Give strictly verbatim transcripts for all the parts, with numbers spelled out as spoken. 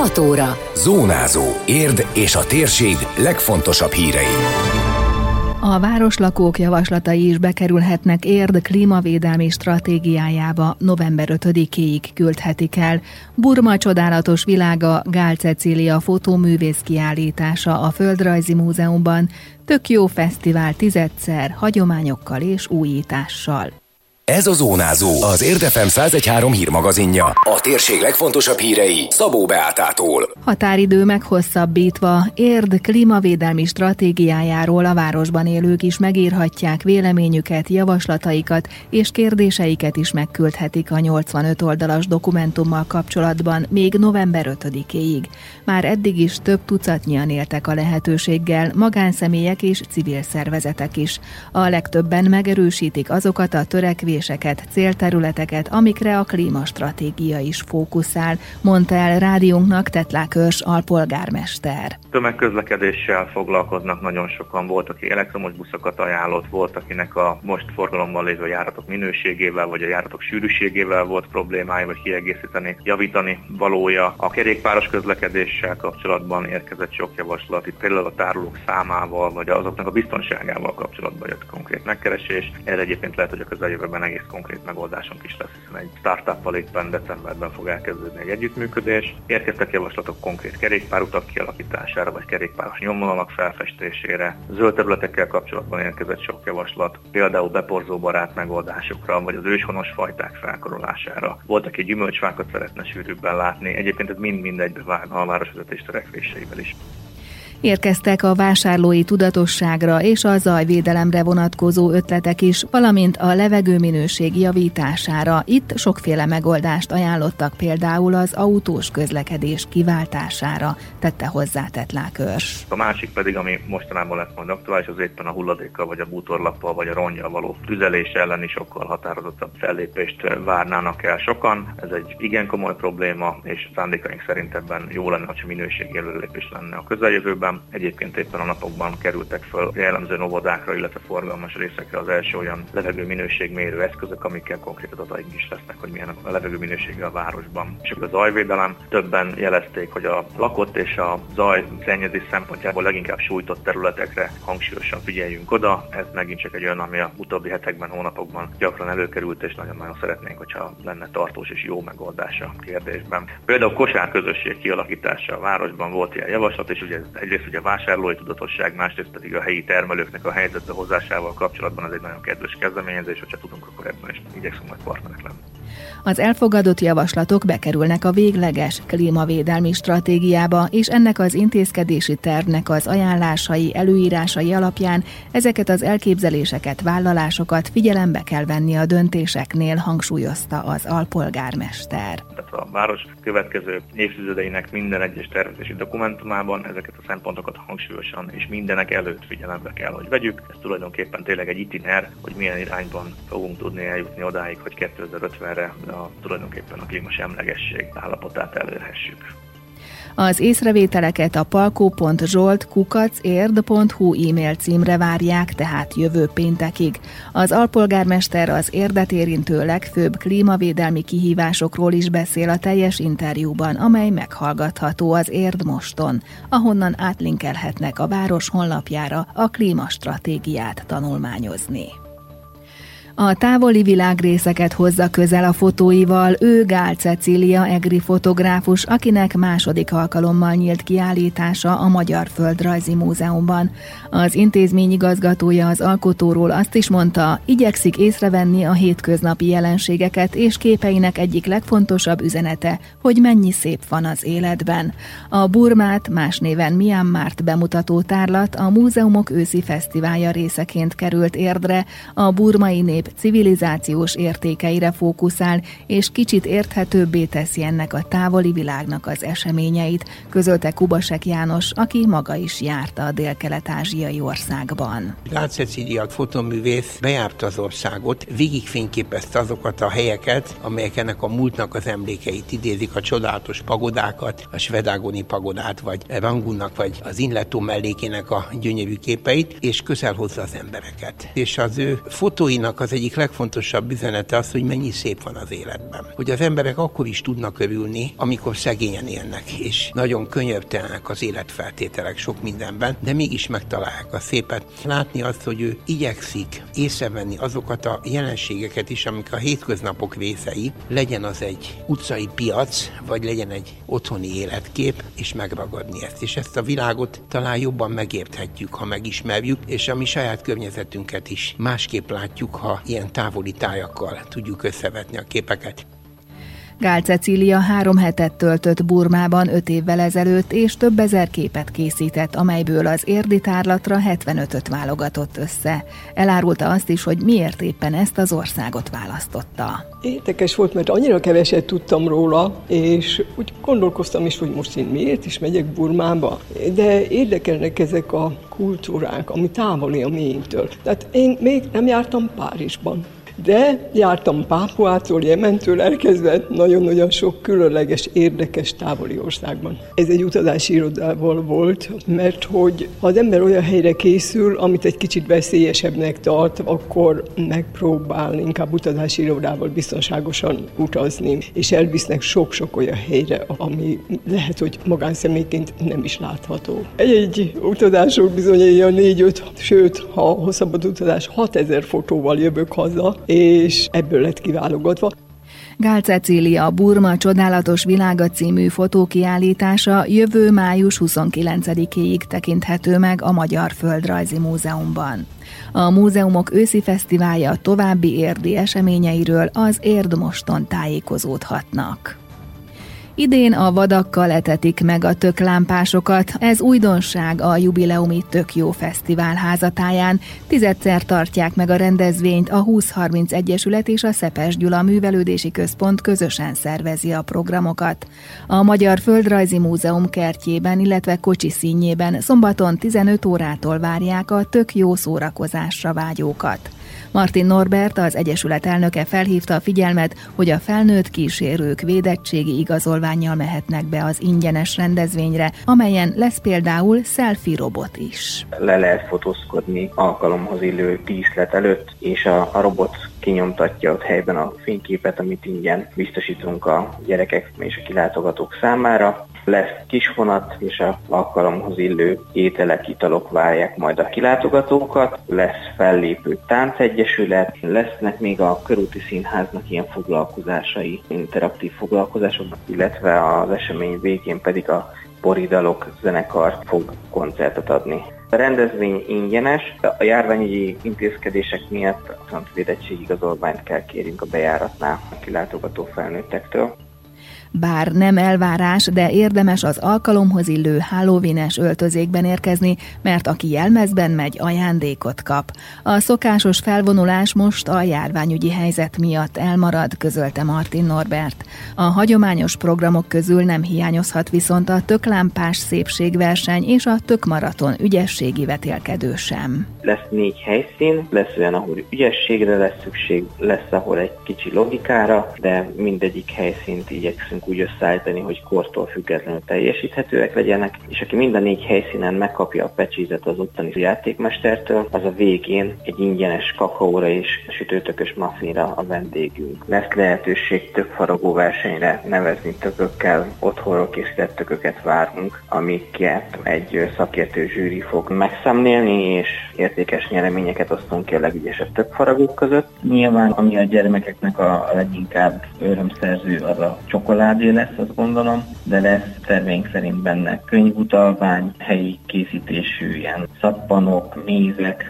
hat óra. Zónázó. Érd és a térség legfontosabb hírei. A városlakók javaslatai is bekerülhetnek Érd klímavédelmi stratégiájába, november ötödikéig küldhetik el. Burma csodálatos világa, Gál Cecília fotóművész kiállítása a Földrajzi Múzeumban, tök jó fesztivál tizedszer, hagyományokkal és újítással. Ez a Zónázó, az Érd ef em száz egy pont három hírmagazinja. A térség legfontosabb hírei Szabó Beátától. Határidő meghosszabbítva, Érd klímavédelmi stratégiájáról a városban élők is megírhatják véleményüket, javaslataikat és kérdéseiket is megküldhetik a nyolcvanöt oldalas dokumentummal kapcsolatban még november ötödikéig. Már eddig is több tucatnyian éltek a lehetőséggel, magánszemélyek és civil szervezetek is. A legtöbben megerősítik azokat a törekvéseket, célterületeket, amikre a klímastratégia is fókuszál, mondta el rádiónknak Tetlák Őrs alpolgármester. Tömegközlekedéssel foglalkoznak nagyon sokan, volt, aki elektromos buszokat ajánlott, volt, akinek a most forgalomban lévő járatok minőségével, vagy a járatok sűrűségével volt problémája, vagy kiegészíteni, javítani valója. A kerékpáros közlekedéssel kapcsolatban érkezett sok javaslat, itt például a tárolók számával, vagy azoknak a biztonságával kapcsolatban jött konkrét megkeresés. Erre egyébként lehet, hogy a közeljövőben egész konkrét megoldásunk is lesz, hiszen egy startuppal éppen decemberben fog elkezdődni egy együttműködés. Érkeztek javaslatok konkrét kerékpárutak kialakítására, vagy kerékpáros nyomvonalak felfestésére. Zöld területekkel kapcsolatban érkezett sok javaslat, például beporzóbarát megoldásokra, vagy az őshonos fajták felkorolására. Volt, aki gyümölcsfákat szeretne sűrűbben látni, egyébként ez mind-mind egybevág a városvezetés törekvéseivel is. Érkeztek a vásárlói tudatosságra és a zajvédelemre vonatkozó ötletek is, valamint a levegőminőség javítására. Itt sokféle megoldást ajánlottak, például az autós közlekedés kiváltására, tette hozzá Tetlák Őrs. A másik pedig, ami mostanában lett majd aktuális, az éppen a hulladékkal, vagy a bútorlappal, vagy a rongyal való tüzelés elleni sokkal határozottabb fellépést várnának el sokan. Ez egy igen komoly probléma, és szándékaink szerint ebben jó lenne, ha minőségi előrelépés lenne a közeljövőben. Egyébként éppen a napokban kerültek föl jellemzően óvodákra, illetve forgalmas részekre az első olyan levegőminőségmérő eszközök, amikkel konkrét adataink is lesznek, hogy milyen a levegőminősége a városban. És a zajvédelem, többen jelezték, hogy a lakott és a zaj szennyezés szempontjából leginkább sújtott területekre hangsúlyosan figyeljünk oda. Ez megint csak egy olyan, ami a utóbbi hetekben, hónapokban gyakran előkerült, és nagyon-nagyon szeretnénk, hogyha lenne tartós és jó megoldása a kérdésben. Például kosárközösség kialakítása a városban volt ilyen javaslat, és ugye egyrészt ugye a vásárlói tudatosság, másrészt pedig a helyi termelőknek a helyzetbe hozásával kapcsolatban ez egy nagyon kedves kezdeményezés, hogyha tudunk, akkor ebben is igyekszünk majd partnerek lenni. Az elfogadott javaslatok bekerülnek a végleges klímavédelmi stratégiába, és ennek az intézkedési tervnek az ajánlásai, előírásai alapján ezeket az elképzeléseket, vállalásokat figyelembe kell venni a döntéseknél, hangsúlyozta az alpolgármester. Tehát a város következő évtizedeinek minden egyes tervezési dokumentumában ezeket a szempontokat hangsúlyosan és mindenek előtt figyelembe kell, hogy vegyük. Ez tulajdonképpen tényleg egy itiner, hogy milyen irányban fogunk tudni eljutni odáig, hogy kétezer-ötvenre a, tulajdonképpen a klímasemlegesség állapotát elérhessük. Az észrevételeket a palkó pont zsolt kukac érd pont hu e-mail címre várják, tehát jövő péntekig. Az alpolgármester az Érdet érintő legfőbb klímavédelmi kihívásokról is beszél a teljes interjúban, amely meghallgatható az Érd Moston, ahonnan átlinkelhetnek a város honlapjára a klímastratégiát tanulmányozni. A távoli világrészeket hozza közel a fotóival ő Gál Cecília egri fotográfus, akinek második alkalommal nyílt kiállítása a Magyar Földrajzi Múzeumban. Az intézmény igazgatója az alkotóról azt is mondta, igyekszik észrevenni a hétköznapi jelenségeket, és képeinek egyik legfontosabb üzenete, hogy mennyi szép van az életben. A Burmát, más néven Myanmart bemutató tárlat a Múzeumok őszi fesztiválja részeként került Érdre, a burmai nép civilizációs értékeire fókuszál, és kicsit érthetőbbé teszi ennek a távoli világnak az eseményeit, közölte Kubasek János, aki maga is járta a dél-kelet-ázsiai országban. Gál Cecília fotoművész bejárta az országot, végigfényképezte azokat a helyeket, amelyek ennek a múltnak az emlékeit idézik, a csodálatos pagodákat, a Svedágoni pagodát, vagy Rangunnak, vagy az Inletó mellékének a gyönyörű képeit, és közel hozza az embereket. És az ő fotóinak az egyik legfontosabb üzenete az, hogy mennyi szép van az életben. Hogy az emberek akkor is tudnak örülni, amikor szegényen élnek, és nagyon könyörtelenek az életfeltételek sok mindenben, de mégis megtalálják a szépet. Látni azt, hogy ő igyekszik észrevenni azokat a jelenségeket is, amik a hétköznapok részei, legyen az egy utcai piac, vagy legyen egy otthoni életkép, és megragadni ezt. És ezt a világot talán jobban megérthetjük, ha megismerjük, és a mi saját környezetünket is másképp látjuk, ha ilyen távoli tájakkal tudjuk összevetni a képeket. Gál Cecília három hetet töltött Burmában öt évvel ezelőtt, és több ezer képet készített, amelyből az érdi tárlatra hetvenötöt válogatott össze. Elárulta azt is, hogy miért éppen ezt az országot választotta. Érdekes volt, mert annyira keveset tudtam róla, és úgy gondolkoztam is, hogy most én miért is megyek Burmába. De érdekelnek ezek a kultúrák, ami távoli a miénktől. Tehát én még nem jártam Párizsban. De jártam Pápuától, Jementől elkezdve nagyon-nagyon sok különleges, érdekes távoli országban. Ez egy utazási irodával volt, mert hogy ha az ember olyan helyre készül, amit egy kicsit veszélyesebbnek tart, akkor megpróbál inkább utazási irodával biztonságosan utazni, és elvisznek sok-sok olyan helyre, ami lehet, hogy magánszemélyként nem is látható. Egy-egy utazások bizony ilyen négy-öt, sőt, ha hosszabb utazás, hatezer fotóval jövök haza, és ebből lett kiválogatva. Gál Cecília Burma csodálatos világa című fotókiállítása jövő május huszonkilencedikéig tekinthető meg a Magyar Földrajzi Múzeumban. A múzeumok őszi fesztiválja további érdi eseményeiről az Érd Moston tájékozódhatnak. Idén a vadakkal etetik meg a töklámpásokat, ez újdonság a jubileumi Tök Jó Fesztivál házatáján. Tizedszer tartják meg a rendezvényt, a húsz harminc Egyesület és a Szepes Gyula Művelődési Központ közösen szervezi a programokat. A Magyar Földrajzi Múzeum kertjében, illetve kocsiszínjében szombaton tizenöt órától várják a tök jó szórakozásra vágyókat. Martin Norbert, az Egyesület elnöke felhívta a figyelmet, hogy a felnőtt kísérők védettségi igazolvánnyal mehetnek be az ingyenes rendezvényre, amelyen lesz például selfie robot is. Le lehet fotózkodni alkalomhoz illő díszlet előtt, és a, a robot kinyomtatja ott helyben a fényképet, amit ingyen biztosítunk a gyerekek és a kilátogatók számára. Lesz kisvonat, és az alkalomhoz illő ételek, italok várják majd a kilátogatókat. Lesz fellépő táncegyesület, lesznek még a Körúti Színháznak ilyen foglalkozásai, interaktív foglalkozások, illetve az esemény végén pedig a Boridalok zenekar fog koncertet adni. A rendezvény ingyenes, a járványügyi intézkedések miatt a védettségigazolványt kell kérjünk a bejáratnál a kilátogató felnőttektől. Bár nem elvárás, de érdemes az alkalomhoz illő halloween-es öltözékben érkezni, mert aki jelmezben megy, ajándékot kap. A szokásos felvonulás most a járványügyi helyzet miatt elmarad, közölte Martin Norbert. A hagyományos programok közül nem hiányozhat viszont a töklámpás szépségverseny és a tökmaraton ügyességi vetélkedő sem. Lesz négy helyszín, lesz olyan, ahol ügyességre lesz szükség, lesz, ahol egy kicsi logikára, de mindegyik helyszínt igyekszünk úgy összeállítani, hogy kortól függetlenül teljesíthetőek legyenek, és aki mind a négy helyszínen megkapja a pecsétet az ottani játékmestertől, az a végén egy ingyenes kakaóra és sütőtökös muffinra a vendégünk. Lesz lehetőség tökfaragó versenyre, nevezni tökökkel, otthonról készített tököket várunk, amiket egy szakértő zsűri fog megszemlélni, és értékes nyereményeket osztunk ki a legügyesebb tökfaragók között. Nyilván, ami a gyermekeknek a leginkább örömszerző, az a csokoládé lesz, azt gondolom, de lesz terveink szerint benne könyvutalvány, helyi készítésű ilyen szappanok, mézek.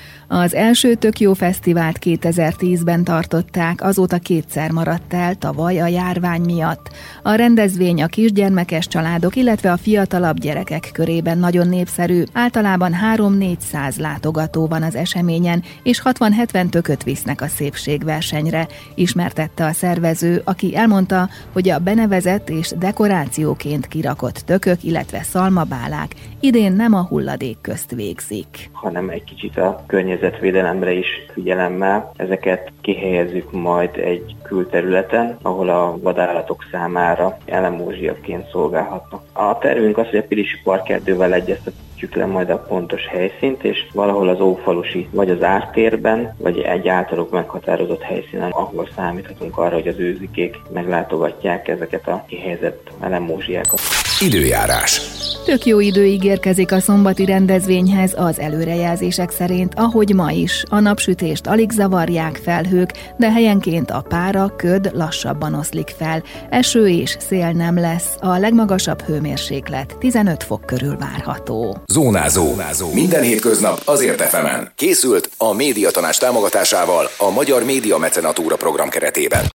Az első Tök Jó Fesztivált kétezer-tízben tartották, azóta kétszer maradt el, tavaly a járvány miatt. A rendezvény a kisgyermekes családok, illetve a fiatalabb gyerekek körében nagyon népszerű, általában három-négyszáz látogató van az eseményen, és hatvan-hetven tököt visznek a szépségversenyre, ismertette a szervező, aki elmondta, hogy a benevezett és dekorációként kirakott tökök, illetve szalmabálák idén nem a hulladék közt végzik, hanem egy kicsit a környezetvédelemre is figyelemmel. Ezeket kihelyezzük majd egy külterületen, ahol a vadállatok számára ellenmózsiaként szolgálhatnak. A tervünk az, hogy a Pilisi Parkerdővel egyeztetve rögzítjük le majd a pontos helyszínt, és valahol az Ófalusi, vagy az ártérben, vagy egy általuk meghatározott helyszínen, ahol számíthatunk arra, hogy az őzikék meglátogatják ezeket a kihelyezett elemmózsiákat. Időjárás. Tök jó idő ígérkezik a szombati rendezvényhez az előrejelzések szerint, ahogy ma is. A napsütést alig zavarják felhők, de helyenként a pára, köd lassabban oszlik fel. Eső és szél nem lesz, a legmagasabb hőmérséklet tizenöt fok körül várható. Zónázó. Zónázó. Minden hétköznap az Ért ef emen. Készült a Médiatanács támogatásával a Magyar Média Mecenatúra program keretében.